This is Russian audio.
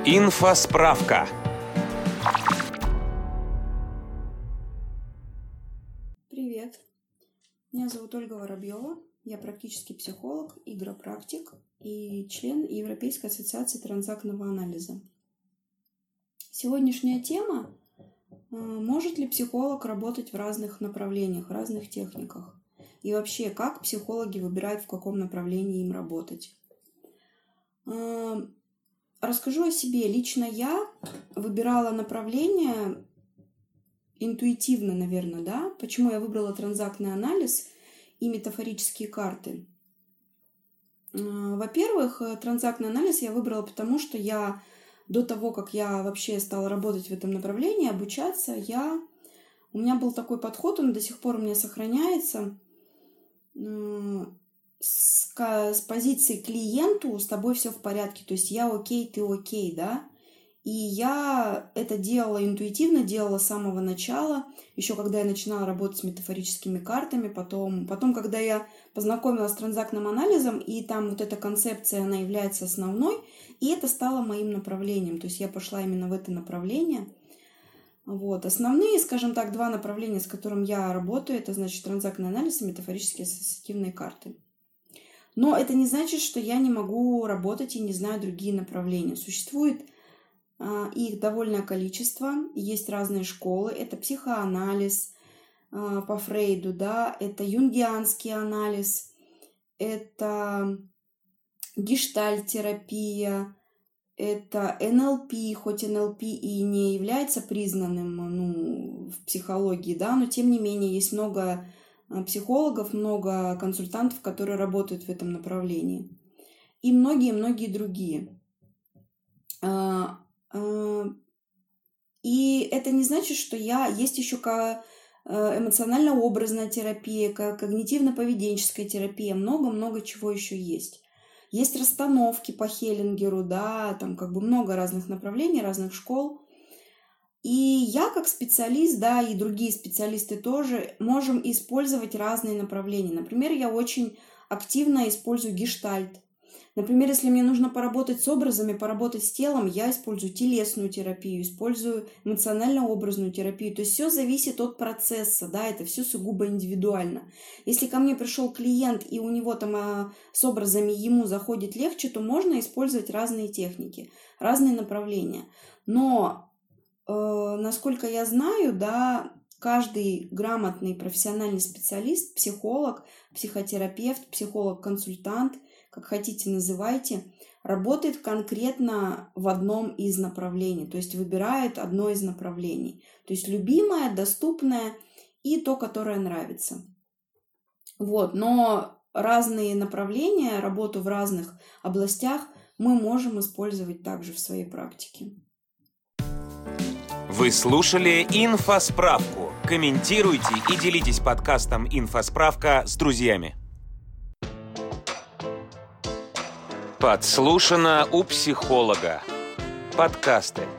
Инфосправка. Привет, меня зовут Ольга Воробьева, я практический психолог, игропрактик и член Европейской ассоциации транзактного анализа. Сегодняшняя тема – может ли психолог работать в разных направлениях, в разных техниках? И вообще, как психологи выбирают, в каком направлении им работать? Расскажу о себе. Лично я выбирала направление интуитивно, наверное, да? Почему я выбрала транзактный анализ и метафорические карты? Во-первых, транзактный анализ я выбрала потому, что я до того, как я вообще стала работать в этом направлении, обучаться, у меня был такой подход, он до сих пор у меня сохраняется. С позиции клиенту с тобой все в порядке, то есть я окей, ты окей, да? И я это делала интуитивно, делала с самого начала, еще когда я начинала работать с метафорическими картами, потом, когда я познакомилась с транзактным анализом, и там вот эта концепция, она является основной, и это стало моим направлением, то есть я пошла именно в это направление. Вот. Основные, скажем так, два направления, с которым я работаю, это, значит, транзактный анализ и метафорические ассоциативные карты. Но это не значит, что я не могу работать и не знаю другие направления. Существует их довольное количество, есть разные школы, это психоанализ по Фрейду, да, это юнгианский анализ, это гештальт-терапия, это НЛП, хоть НЛП и не является признанным в психологии, да, но тем не менее есть много психологов, много консультантов, которые работают в этом направлении, и многие-многие другие. И это не значит, что есть еще эмоционально-образная терапия, когнитивно-поведенческая терапия, много-много чего еще есть. Есть расстановки по Хеллингеру, да, там как бы много разных направлений, разных школ. И я как специалист, да, и другие специалисты тоже можем использовать разные направления. Например, я очень активно использую гештальт. Например, если мне нужно поработать с образами, поработать с телом, я использую телесную терапию, использую эмоционально-образную терапию. То есть все зависит от процесса, да, это все сугубо индивидуально. Если ко мне пришел клиент, и у него там с образами ему заходит легче, то можно использовать разные техники, разные направления. Но, насколько я знаю, да, каждый грамотный профессиональный специалист, психолог, психотерапевт, психолог-консультант, как хотите называйте, работает конкретно в одном из направлений, то есть выбирает одно из направлений. То есть любимое, доступное и то, которое нравится. Вот. Но разные направления, работу в разных областях мы можем использовать также в своей практике. Вы слушали «Инфосправку». Комментируйте и делитесь подкастом «Инфосправка» с друзьями. Подслушано у психолога. Подкасты.